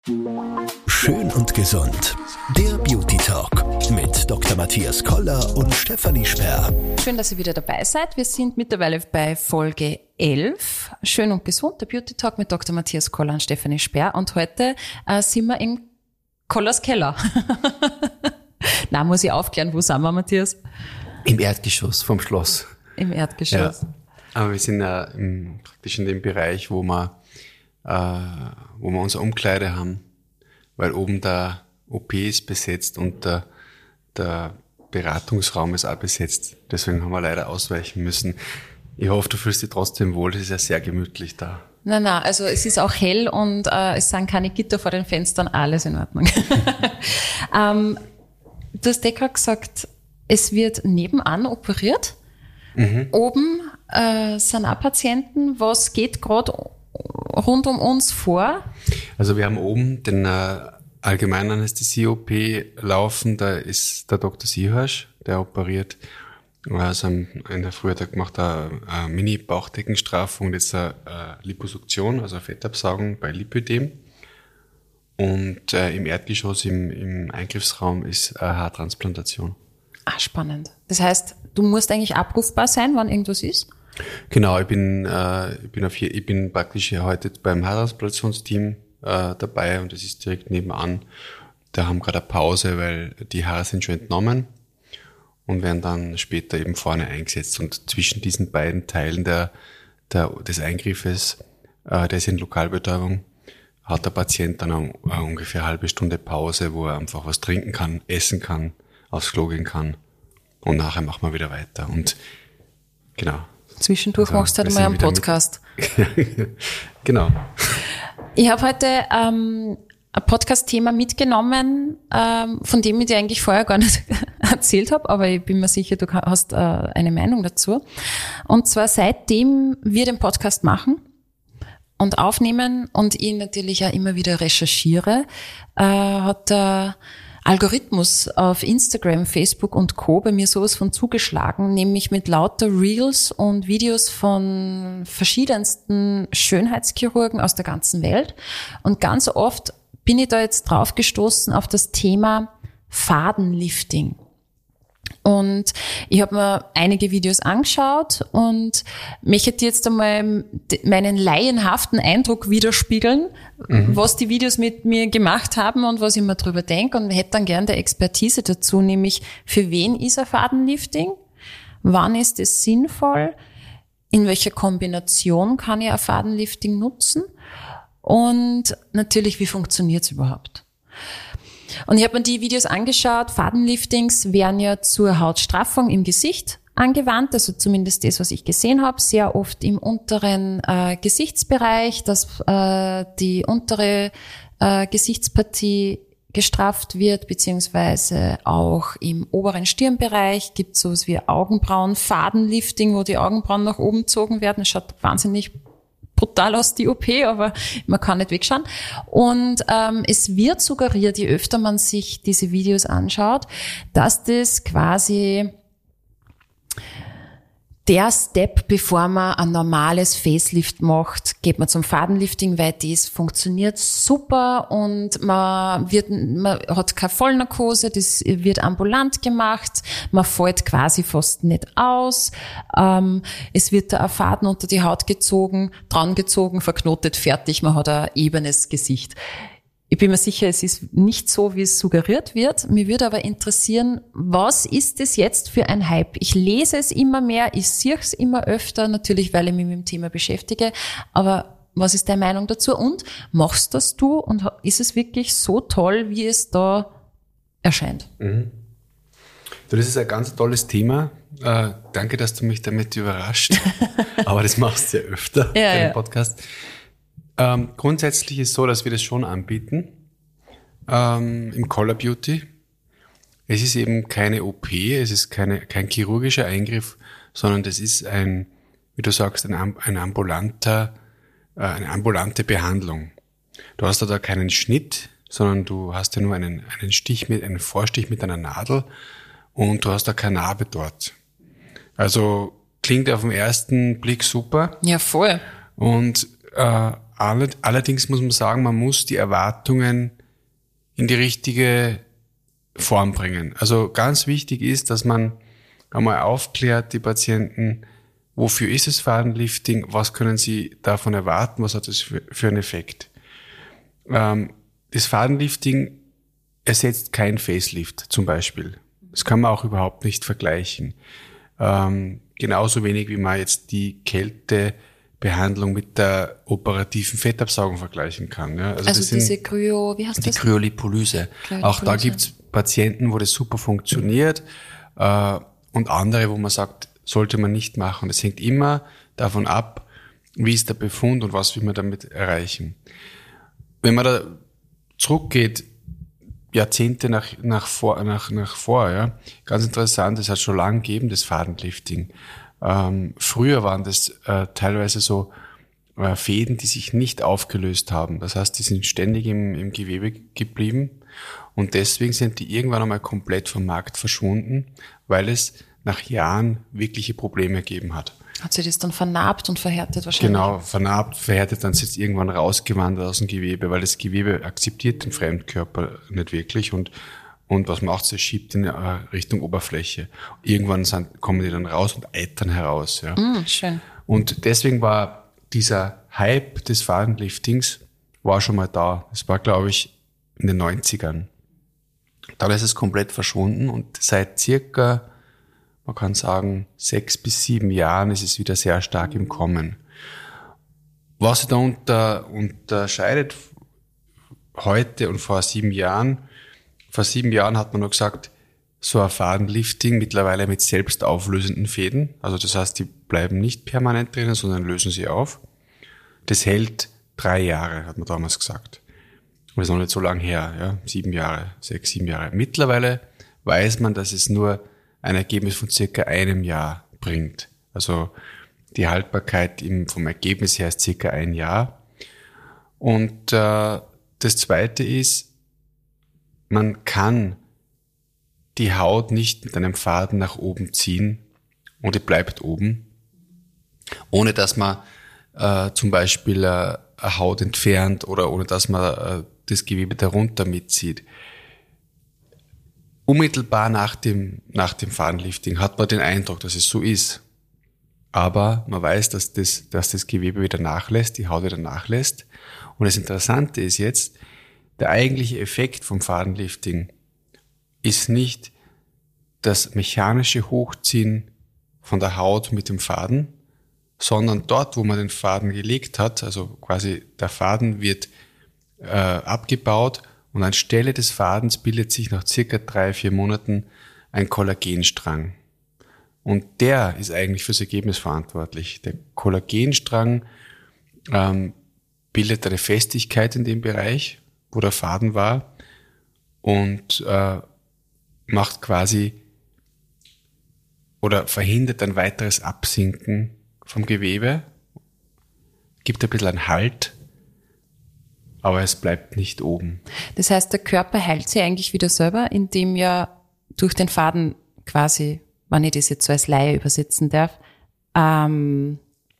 Schön und gesund. Der Beauty Talk mit Dr. Matthias Koller und Stefanie Sperr. Schön, dass ihr wieder dabei seid. Wir sind mittlerweile bei Folge 11. Schön und gesund, der Beauty Talk mit Dr. Matthias Koller und Stefanie Sperr. Und heute sind wir im Kollers Keller. Na, muss ich aufklären, wo sind wir, Matthias? Im Erdgeschoss vom Schloss. Im Erdgeschoss. Ja. Aber wir sind praktisch in dem Bereich, wo wir unsere Umkleide haben, weil oben der OP ist besetzt und der Beratungsraum ist auch besetzt. Deswegen haben wir leider ausweichen müssen. Ich hoffe, du fühlst dich trotzdem wohl. Es ist ja sehr gemütlich da. Nein, also es ist auch hell und es sind keine Gitter vor den Fenstern, alles in Ordnung. Du hast gerade gesagt, es wird nebenan operiert. Mhm. Oben sind auch Patienten. Was geht gerade rund um uns vor? Also wir haben oben den Allgemeinanästhesie-OP laufen, da ist der Dr. Sihorsch, der operiert. Also in der Früh hat er gemacht eine Mini-Bauchdeckenstraffung und jetzt eine Liposuktion, also eine Fettabsaugung bei Lipödem. Und im Erdgeschoss, im Eingriffsraum ist eine Haartransplantation. Ah, spannend. Das heißt, du musst eigentlich abrufbar sein, wann irgendwas ist? Genau, ich bin praktisch hier heute beim Haartransplantationsteam dabei und es ist direkt nebenan. Da haben gerade eine Pause, weil die Haare sind schon entnommen und werden dann später eben vorne eingesetzt. Und zwischen diesen beiden Teilen des Eingriffes, der ist in Lokalbetäubung, hat der Patient dann ungefähr eine halbe Stunde Pause, wo er einfach was trinken kann, essen kann, aufs Klo gehen kann und nachher machen wir wieder weiter. Und genau. Zwischendurch machst du halt mal einen Podcast. Genau. Ich habe heute ein Podcast-Thema mitgenommen, von dem ich dir eigentlich vorher gar nicht erzählt habe, aber ich bin mir sicher, du hast eine Meinung dazu. Und zwar seitdem wir den Podcast machen und aufnehmen und ich natürlich auch immer wieder recherchiere, hat der Algorithmus auf Instagram, Facebook und Co. bei mir sowas von zugeschlagen, nämlich mit lauter Reels und Videos von verschiedensten Schönheitschirurgen aus der ganzen Welt. Und ganz oft bin ich da jetzt drauf gestoßen auf das Thema Fadenlifting. Und ich habe mir einige Videos angeschaut und möchte dir jetzt einmal meinen laienhaften Eindruck widerspiegeln, was die Videos mit mir gemacht haben und was ich mir drüber denke, und hätte dann gern der Expertise dazu, nämlich für wen ist ein Fadenlifting, wann ist es sinnvoll, in welcher Kombination kann ich ein Fadenlifting nutzen und natürlich, wie funktioniert es überhaupt. Und ich habe mir die Videos angeschaut. Fadenliftings werden ja zur Hautstraffung im Gesicht angewandt, also zumindest das, was ich gesehen habe, sehr oft im unteren Gesichtsbereich, dass die untere Gesichtspartie gestrafft wird, beziehungsweise auch im oberen Stirnbereich gibt es sowas wie Augenbrauen-Fadenlifting, wo die Augenbrauen nach oben gezogen werden. Das schaut wahnsinnig brutal aus, die OP, aber man kann nicht wegschauen. Und es wird suggeriert, je öfter man sich diese Videos anschaut, dass das quasi der Step, bevor man ein normales Facelift macht, geht man zum Fadenlifting, weil das funktioniert super und man hat keine Vollnarkose, das wird ambulant gemacht, man fällt quasi fast nicht aus, es wird da ein Faden unter die Haut gezogen, dran gezogen, verknotet, fertig, man hat ein ebenes Gesicht. Ich bin mir sicher, es ist nicht so, wie es suggeriert wird. Mir würde aber interessieren, was ist es jetzt für ein Hype? Ich lese es immer mehr, ich sehe es immer öfter, natürlich, weil ich mich mit dem Thema beschäftige. Aber was ist deine Meinung dazu? Und machst das du? Und ist es wirklich so toll, wie es da erscheint? Mhm. Das ist ein ganz tolles Thema. Danke, dass du mich damit überrascht. Aber das machst du ja öfter im Podcast. Grundsätzlich ist es so, dass wir das schon anbieten im Color Beauty. Es ist eben keine OP, es ist kein chirurgischer Eingriff, sondern das ist wie du sagst, eine ambulante Behandlung. Du hast da keinen Schnitt, sondern du hast ja nur einen Vorstich mit einer Nadel und du hast da keine Narbe dort. Also klingt auf den ersten Blick super. Ja, voll. Und allerdings muss man sagen, man muss die Erwartungen in die richtige Form bringen. Also ganz wichtig ist, dass man einmal aufklärt, die Patienten, wofür ist es Fadenlifting, was können sie davon erwarten, was hat es für einen Effekt. Das Fadenlifting ersetzt kein Facelift zum Beispiel. Das kann man auch überhaupt nicht vergleichen. Genauso wenig, wie man jetzt die Kältebehandlung mit der operativen Fettabsaugung vergleichen kann. Ja. Also das diese wie heißt das? Die Kryolipolyse. Auch da gibt's Patienten, wo das super funktioniert und andere, wo man sagt, sollte man nicht machen. Das hängt immer davon ab, wie ist der Befund und was will man damit erreichen. Wenn man da zurückgeht, Jahrzehnte nach vor, ja. Ganz interessant, es hat schon lange gegeben, das Fadenlifting. Früher waren das teilweise so Fäden, die sich nicht aufgelöst haben. Das heißt, die sind ständig im Gewebe geblieben und deswegen sind die irgendwann einmal komplett vom Markt verschwunden, weil es nach Jahren wirkliche Probleme gegeben hat. Hat sich das dann vernarbt und verhärtet wahrscheinlich? Genau, vernarbt, verhärtet, dann ist es irgendwann rausgewandert aus dem Gewebe, weil das Gewebe akzeptiert den Fremdkörper nicht wirklich und was macht es? Es schiebt in Richtung Oberfläche. Irgendwann kommen die dann raus und eitern heraus. Ja. Schön. Und deswegen war dieser Hype des Fadenliftings war schon mal da. Das war, glaube ich, in den 90ern. Dann ist es komplett verschwunden und seit circa, man kann sagen, 6 bis 7 Jahren ist es wieder sehr stark im Kommen. Was sich da unterscheidet heute und vor 7 Jahren, vor 7 Jahren hat man noch gesagt, so ein Fadenlifting mittlerweile mit selbst auflösenden Fäden. Also das heißt, die bleiben nicht permanent drinnen, sondern lösen sie auf. Das hält 3 Jahre, hat man damals gesagt. Das ist noch nicht so lang her, ja, 7 Jahre, 6, 7 Jahre. Mittlerweile weiß man, dass es nur ein Ergebnis von circa 1 Jahr bringt. Also die Haltbarkeit vom Ergebnis her ist circa 1 Jahr. Und das Zweite ist, man kann die Haut nicht mit einem Faden nach oben ziehen und die bleibt oben, ohne dass man zum Beispiel eine Haut entfernt oder ohne dass man das Gewebe darunter mitzieht. Unmittelbar nach dem Fadenlifting hat man den Eindruck, dass es so ist. Aber man weiß, dass das Gewebe wieder nachlässt, die Haut wieder nachlässt. Und das Interessante ist jetzt, der eigentliche Effekt vom Fadenlifting ist nicht das mechanische Hochziehen von der Haut mit dem Faden, sondern dort, wo man den Faden gelegt hat, also quasi der Faden wird abgebaut und anstelle des Fadens bildet sich nach circa 3-4 Monaten ein Kollagenstrang. Und der ist eigentlich fürs Ergebnis verantwortlich. Der Kollagenstrang bildet eine Festigkeit in dem Bereich, wo der Faden war und macht quasi oder verhindert ein weiteres Absinken vom Gewebe, gibt ein bisschen einen Halt, aber es bleibt nicht oben. Das heißt, der Körper heilt sich eigentlich wieder selber, indem ja durch den Faden quasi, wenn ich das jetzt so als Laie übersetzen darf, eine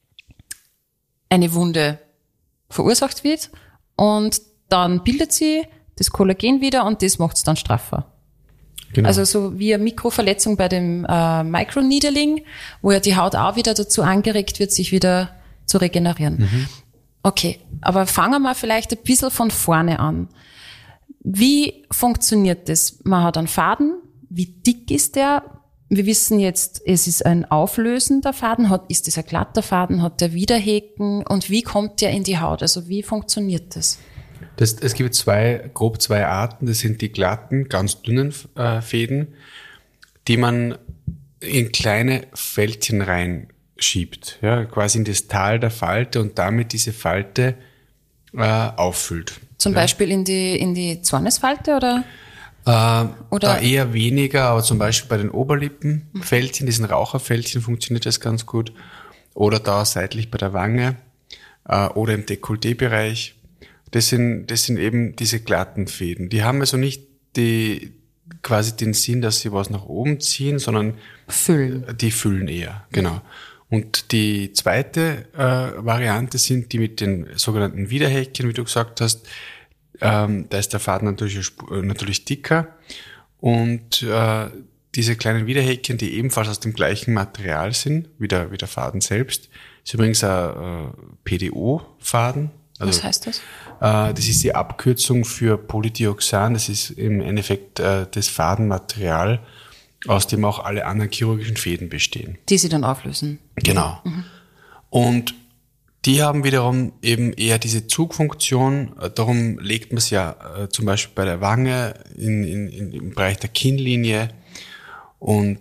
Wunde verursacht wird und dann bildet sie das Kollagen wieder und das macht es dann straffer. Genau. Also so wie eine Mikroverletzung bei dem Microneedling, wo ja die Haut auch wieder dazu angeregt wird, sich wieder zu regenerieren. Mhm. Okay, aber fangen wir vielleicht ein bisschen von vorne an. Wie funktioniert das? Man hat einen Faden, wie dick ist der? Wir wissen jetzt, es ist ein auflösender Faden. Ist das ein glatter Faden? Hat der Widerhaken? Und wie kommt der in die Haut? Also wie funktioniert das? Es gibt grob zwei Arten. Das sind die glatten, ganz dünnen Fäden, die man in kleine Fältchen reinschiebt, ja, quasi in das Tal der Falte und damit diese Falte auffüllt. Zum Beispiel in die Zornesfalte oder? Da eher weniger, aber zum Beispiel bei den Oberlippenfältchen, diesen Raucherfältchen funktioniert das ganz gut. Oder da seitlich bei der Wange oder im Dekolleté-Bereich. Das sind eben diese glatten Fäden. Die haben also nicht quasi den Sinn, dass sie was nach oben ziehen, sondern füllen. Die füllen eher, genau. Und die zweite Variante sind die mit den sogenannten Widerhäkchen, wie du gesagt hast. Da ist der Faden natürlich dicker. Und diese kleinen Widerhäkchen, die ebenfalls aus dem gleichen Material sind, wie der Faden selbst, ist übrigens ein PDO-Faden. Also, was heißt das? Das ist die Abkürzung für Polydioxan. Das ist im Endeffekt das Fadenmaterial, aus dem auch alle anderen chirurgischen Fäden bestehen. Die sie dann auflösen. Genau. Mhm. Und die haben wiederum eben eher diese Zugfunktion. Darum legt man es ja zum Beispiel bei der Wange im Bereich der Kinnlinie und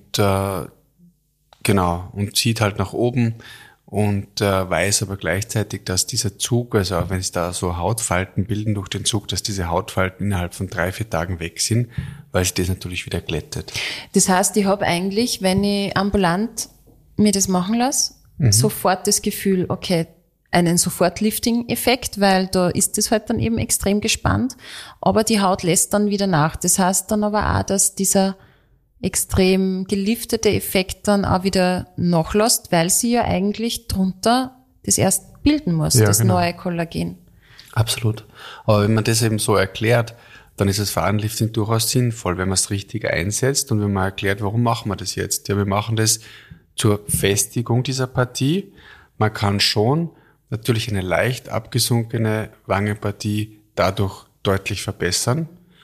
und zieht halt nach oben und weiß aber gleichzeitig, dass dieser Zug, also auch wenn es da so Hautfalten bilden durch den Zug, dass diese Hautfalten innerhalb von 3-4 Tagen weg sind, weil sich das natürlich wieder glättet. Das heißt, ich habe eigentlich, wenn ich ambulant mir das machen lasse, sofort das Gefühl, okay, einen Sofort-Lifting-Effekt, weil da ist es halt dann eben extrem gespannt, aber die Haut lässt dann wieder nach. Das heißt dann aber auch, dass dieser extrem geliftete Effekt dann auch wieder nachlässt, weil sie ja eigentlich drunter das erst bilden muss, ja, das neue Kollagen. Absolut. Aber wenn man das eben so erklärt, dann ist das Fadenlifting durchaus sinnvoll, wenn man es richtig einsetzt und wenn man erklärt, warum machen wir das jetzt? Ja, wir machen das zur Festigung dieser Partie. Man kann schon natürlich eine leicht abgesunkene Wangenpartie dadurch deutlich verbessern.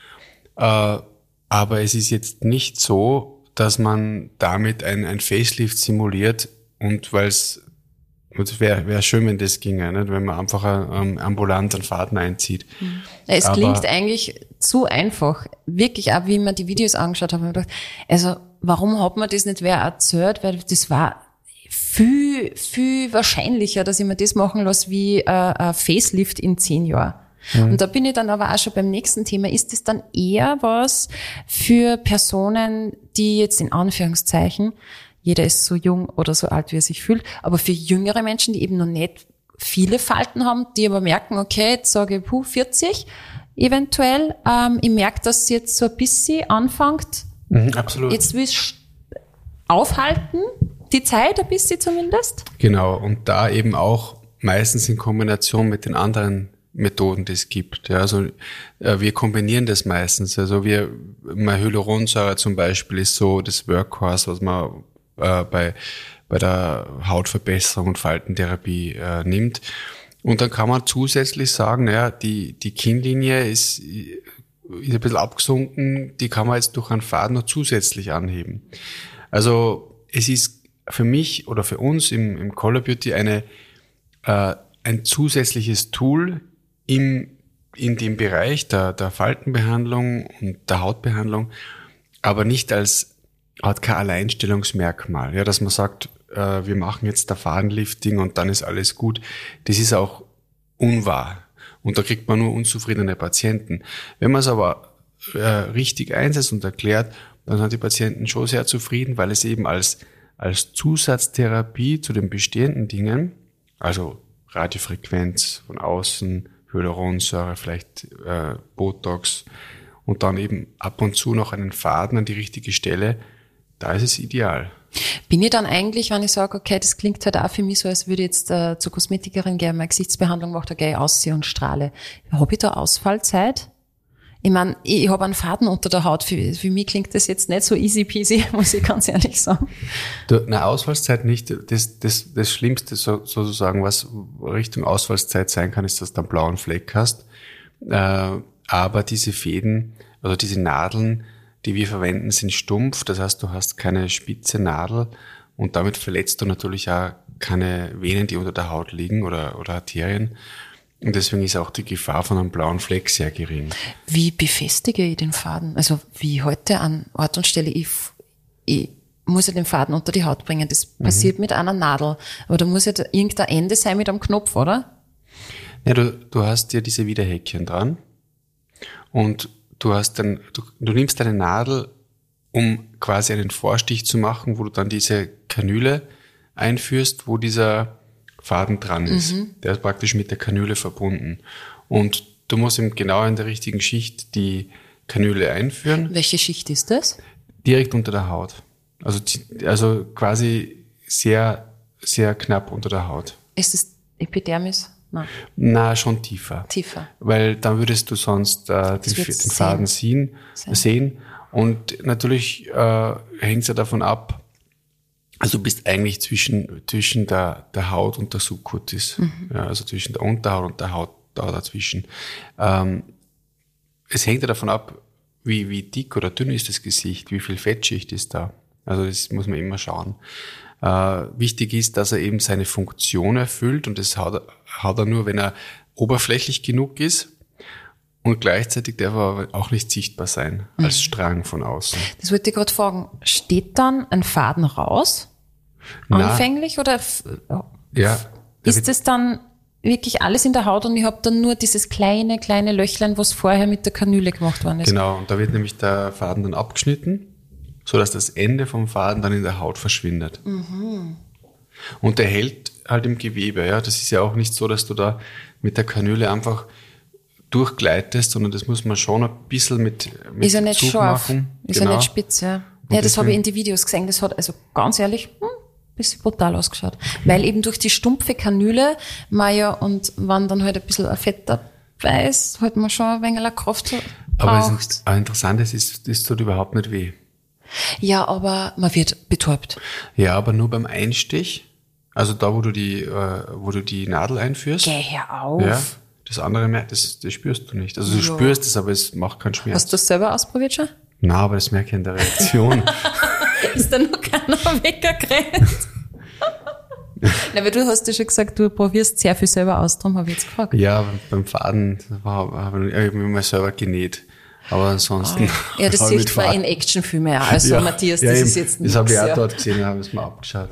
Aber es ist jetzt nicht so, dass man damit ein Facelift simuliert und es wäre schön, wenn das ginge, nicht? Wenn man einfach ambulant einen Faden einzieht. Es klingt eigentlich zu einfach. Wirklich, auch wie ich mir die Videos angeschaut habe, habe ich gedacht, also warum hat man das nicht wer erzählt? Weil das war viel, viel wahrscheinlicher, dass ich mir das machen lasse wie ein Facelift in 10 Jahren. Und da bin ich dann aber auch schon beim nächsten Thema. Ist es dann eher was für Personen, die jetzt in Anführungszeichen, jeder ist so jung oder so alt, wie er sich fühlt, aber für jüngere Menschen, die eben noch nicht viele Falten haben, die aber merken, okay, jetzt sage ich 40 eventuell, ich merke, dass es jetzt so ein bisschen anfängt. Absolut. Jetzt will ich aufhalten, die Zeit ein bisschen zumindest. Genau, und da eben auch meistens in Kombination mit den anderen Methoden, die es gibt. Ja, also wir kombinieren das meistens. Also Hyaluronsäure zum Beispiel ist so das Workhorse, was man bei der Hautverbesserung und Faltentherapie nimmt. Und dann kann man zusätzlich sagen, naja, die Kinnlinie ist ein bisschen abgesunken, die kann man jetzt durch einen Faden noch zusätzlich anheben. Also es ist für mich oder für uns im Color Beauty ein zusätzliches Tool in dem Bereich der Faltenbehandlung und der Hautbehandlung, aber nicht hat kein Alleinstellungsmerkmal, ja, dass man sagt, wir machen jetzt der Fadenlifting und dann ist alles gut. Das ist auch unwahr. Und da kriegt man nur unzufriedene Patienten. Wenn man es aber richtig einsetzt und erklärt, dann sind die Patienten schon sehr zufrieden, weil es eben als Zusatztherapie zu den bestehenden Dingen, also Radiofrequenz von außen, Hyaluronsäure, vielleicht Botox und dann eben ab und zu noch einen Faden an die richtige Stelle, da ist es ideal. Bin ich dann eigentlich, wenn ich sage, okay, das klingt halt auch für mich so, als würde ich jetzt zur Kosmetikerin gehen, meine Gesichtsbehandlung mache, da gehe ich aussehe und strahle. Habe ich da Ausfallzeit? Ich meine, ich habe einen Faden unter der Haut. Für mich klingt das jetzt nicht so easy peasy, muss ich ganz ehrlich sagen. Ausfallszeit nicht. Das Schlimmste sozusagen, was Richtung Ausfallszeit sein kann, ist, dass du einen blauen Fleck hast. Aber diese Fäden, also diese Nadeln, die wir verwenden, sind stumpf. Das heißt, du hast keine spitze Nadel und damit verletzt du natürlich auch keine Venen, die unter der Haut liegen oder Arterien. Und deswegen ist auch die Gefahr von einem blauen Fleck sehr gering. Wie befestige ich den Faden? Also wie heute an Ort und Stelle, ich muss ja den Faden unter die Haut bringen. Das passiert mit einer Nadel. Aber da muss ja irgendein Ende sein mit einem Knopf, oder? Ja, du hast ja diese Widerhäkchen dran und du nimmst deine Nadel, um quasi einen Vorstich zu machen, wo du dann diese Kanüle einführst, wo dieser Faden dran ist. Der ist praktisch mit der Kanüle verbunden. Und du musst eben genau in der richtigen Schicht die Kanüle einführen. Welche Schicht ist das? Direkt unter der Haut. Also quasi sehr sehr knapp unter der Haut. Ist es Epidermis? Nein. Na, schon tiefer. Tiefer. Weil dann würdest du sonst den Faden sehen. Und natürlich hängt es ja davon ab, also du bist eigentlich zwischen der Haut und der Subcutis. Ja, also zwischen der Unterhaut und der Haut da dazwischen. Es hängt ja davon ab, wie dick oder dünn ist das Gesicht, wie viel Fettschicht ist da. Also das muss man immer schauen. Wichtig ist, dass er eben seine Funktion erfüllt und das hat er nur, wenn er oberflächlich genug ist und gleichzeitig darf er aber auch nicht sichtbar sein als Strang von außen. Das wollte ich gerade fragen. Steht dann ein Faden raus? Anfänglich? Oder ja, ist das dann wirklich alles in der Haut und ich habe dann nur dieses kleine Löchlein, was vorher mit der Kanüle gemacht worden ist? Genau, und da wird nämlich der Faden dann abgeschnitten, sodass das Ende vom Faden dann in der Haut verschwindet. Und der hält halt im Gewebe. Ja, das ist ja auch nicht so, dass du da mit der Kanüle einfach durchgleitest, sondern das muss man schon ein bisschen mit ist ja nicht Zug scharf, machen. ist ja nicht spitz. Ja, das habe ich in die Videos gesehen. Das hat also ganz ehrlich ein bisschen brutal ausgeschaut. Weil eben durch die stumpfe Kanüle und wenn dann halt ein bisschen ein Fett dabei ist, halt man schon ein wenig Kraft braucht. Aber interessant ist, das tut überhaupt nicht weh. Ja, aber man wird betäubt. Ja, aber nur beim Einstich. Also da, wo du die Nadel einführst. Geh hör auf. Ja, das andere das spürst du nicht. Also du spürst es, aber es macht keinen Schmerz. Hast du das selber ausprobiert schon? Nein, aber das merke ich in der Reaktion. Ist da noch keiner weggerannt? Na, weil du hast ja schon gesagt, du probierst sehr viel selber aus, darum habe ich jetzt gefragt. Ja, beim Faden habe ich mir mal selber genäht. Aber ansonsten. Ja, das sieht man in Actionfilmen ja. Also Matthias, das ist jetzt nichts. Das habe ich auch dort gesehen, habe ich es mal abgeschaut.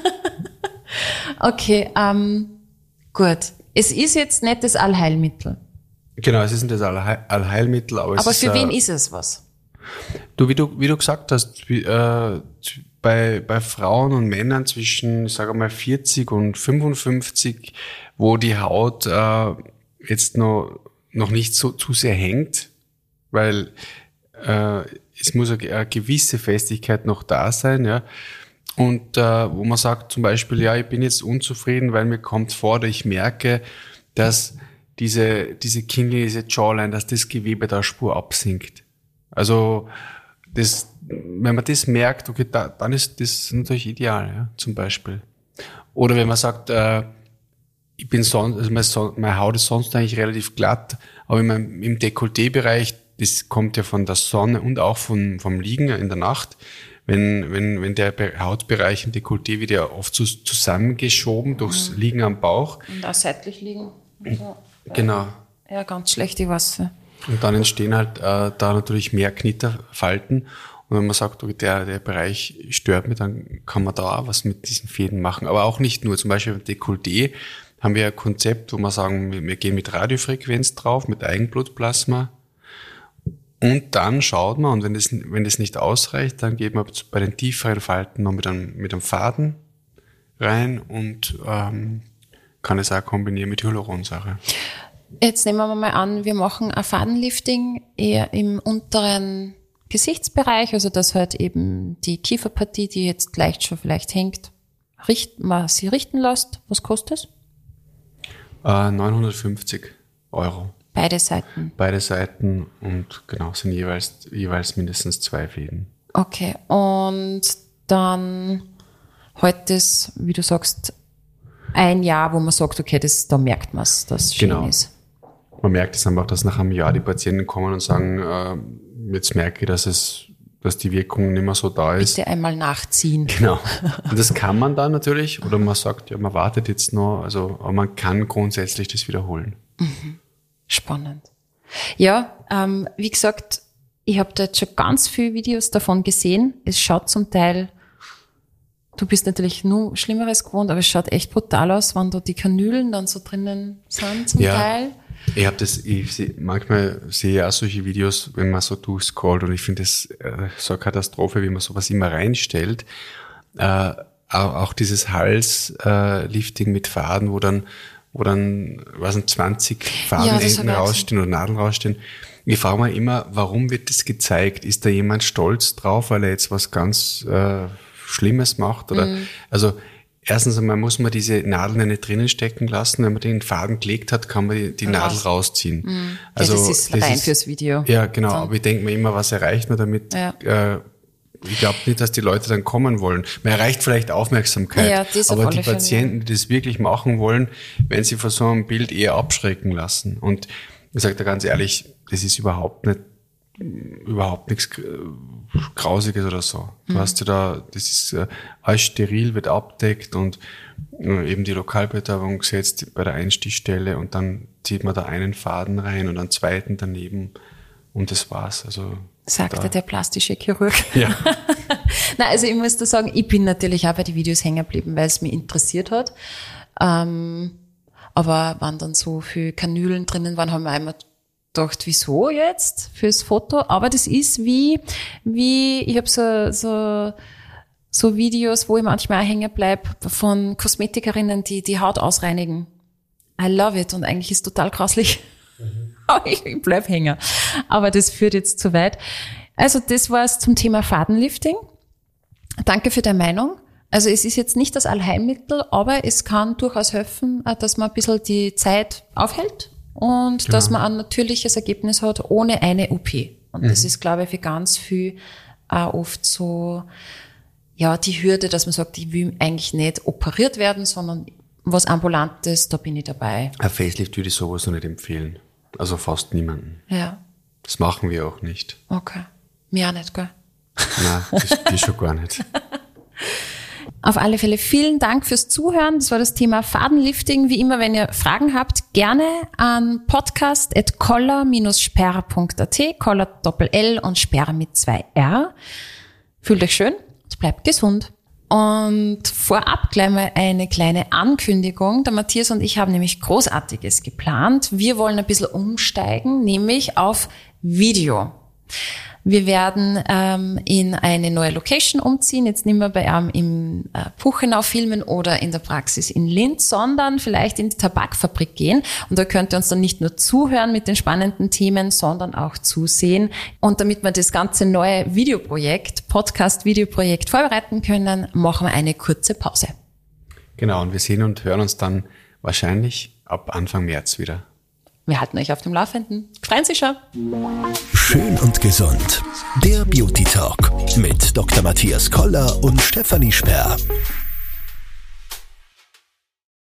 Okay, gut. Es ist jetzt nicht das Allheilmittel. Genau, es ist nicht das Allheilmittel, aber es ist... Aber für wen ist es was? Du, wie du gesagt hast, bei Frauen und Männern zwischen, ich sage mal, 40 und 55, wo die Haut jetzt noch nicht so zu sehr hängt, weil es muss eine gewisse Festigkeit noch da sein, ja. Und wo man sagt zum Beispiel, ja, ich bin jetzt unzufrieden, weil mir kommt vor, oder ich merke, dass diese Kinnlinie, diese Jawline, dass das Gewebe da Spur absinkt. Also wenn man das merkt, okay, dann ist das natürlich ideal, ja, zum Beispiel. Oder wenn man sagt, ich bin meine Haut ist sonst eigentlich relativ glatt, aber im Dekolleté-Bereich, das kommt ja von der Sonne und auch vom Liegen in der Nacht, wenn der Hautbereich im Dekolleté wird ja oft so zusammengeschoben durchs Liegen am Bauch. Und auch seitlich liegen. Also, genau. Ja, ganz schlecht, ich weiß. Und dann entstehen halt da natürlich mehr Knitterfalten. Und wenn man sagt, okay, der Bereich stört mich, dann kann man da auch was mit diesen Fäden machen. Aber auch nicht nur. Zum Beispiel beim Dekolleté haben wir ein Konzept, wo wir sagen, wir gehen mit Radiofrequenz drauf, mit Eigenblutplasma. Und dann schaut man, und wenn das nicht ausreicht, dann geht man bei den tieferen Falten noch mit einem Faden rein und kann es auch kombinieren mit Hyaluronsäure. Jetzt nehmen wir mal an, wir machen ein Fadenlifting eher im unteren Gesichtsbereich, also dass halt eben die Kieferpartie, die jetzt leicht schon vielleicht hängt, man sie richten lässt. Was kostet es? 950 €. Beide Seiten? Beide Seiten und genau, sind jeweils mindestens 2 Fäden. Okay, und dann halt das, wie du sagst, ein Jahr, wo man sagt, okay, da merkt man es, dass es schön ist. Man merkt es einfach, dass nach einem Jahr die Patienten kommen und sagen, jetzt merke ich, dass die Wirkung nicht mehr so da ist. Bitte einmal nachziehen. Genau. Und das kann man dann natürlich, oder man sagt, ja, man wartet jetzt noch, aber man kann grundsätzlich das wiederholen. Mhm. Spannend. Ja, wie gesagt, ich habe da jetzt schon ganz viele Videos davon gesehen. Es schaut zum Teil, du bist natürlich nur Schlimmeres gewohnt, aber es schaut echt brutal aus, wenn da die Kanülen dann so drinnen sind zum Teil. Manchmal sehe ich auch solche Videos, wenn man so durchscrollt, und ich finde das so eine Katastrophe, wie man sowas immer reinstellt. Auch dieses Halslifting mit Faden, wo dann 20 Fadenenden rausstehen oder Nadeln rausstehen. Ich frage mich immer, warum wird das gezeigt? Ist da jemand stolz drauf, weil er jetzt was ganz Schlimmes macht? Oder also erstens einmal muss man diese Nadeln nicht drinnen stecken lassen. Wenn man den Faden gelegt hat, kann man die Nadel rausziehen. Mhm. Also das ist rein fürs Video. Ja, genau. Dann. Aber ich denke mir immer, was erreicht man damit? Ja. Ich glaube nicht, dass die Leute dann kommen wollen. Man erreicht vielleicht Aufmerksamkeit, aber die Patienten, die das wirklich machen wollen, wenn sie vor so einem Bild eher abschrecken lassen. Und ich sage da ganz ehrlich, das ist überhaupt nichts Grausiges oder so. Du hast ja da, das ist alles steril, wird abdeckt und eben die Lokalbetäubung gesetzt bei der Einstichstelle und dann zieht man da einen Faden rein und einen zweiten daneben und das war's. Also sagte der plastische Chirurg. Ja. Na, also ich muss da sagen, ich bin natürlich auch bei den Videos hängen geblieben, weil es mich interessiert hat. Aber wenn dann so viele Kanülen drinnen waren, haben wir einmal gedacht, wieso jetzt fürs Foto? Aber das ist wie ich habe so Videos, wo ich manchmal auch hängen bleib von Kosmetikerinnen, die Haut ausreinigen. I love it und eigentlich ist total grauslich. Aber ich bleib hängen. Aber das führt jetzt zu weit. Also das war's zum Thema Fadenlifting. Danke für deine Meinung. Also es ist jetzt nicht das Allheilmittel, aber es kann durchaus helfen, dass man ein bisschen die Zeit aufhält und dass man ein natürliches Ergebnis hat ohne eine OP. Und das ist, glaube ich, für ganz viel auch oft so, ja, die Hürde, dass man sagt, ich will eigentlich nicht operiert werden, sondern was Ambulantes, da bin ich dabei. Ein Facelift würde ich sowas noch nicht empfehlen. Also fast niemanden. Ja. Das machen wir auch nicht. Okay. Mir auch nicht, gell? Nein, die schon gar nicht. Auf alle Fälle vielen Dank fürs Zuhören. Das war das Thema Fadenlifting. Wie immer, wenn ihr Fragen habt, gerne an podcast@koller-sperr.at, Koller Doppel-L und Sperr mit 2 R. Fühlt euch schön und bleibt gesund. Und vorab gleich mal eine kleine Ankündigung. Der Matthias und ich haben nämlich Großartiges geplant. Wir wollen ein bisschen umsteigen, nämlich auf Video. Wir werden in eine neue Location umziehen, jetzt nicht mehr bei im Puchenau filmen oder in der Praxis in Linz, sondern vielleicht in die Tabakfabrik gehen. Und da könnt ihr uns dann nicht nur zuhören mit den spannenden Themen, sondern auch zusehen. Und damit wir das ganze neue Podcast-Videoprojekt vorbereiten können, machen wir eine kurze Pause. Genau, und wir sehen und hören uns dann wahrscheinlich ab Anfang März wieder. Wir halten euch auf dem Laufenden. Freuen Sie schon. Schön und gesund. Der Beauty Talk mit Dr. Matthias Koller und Stefanie Sperr.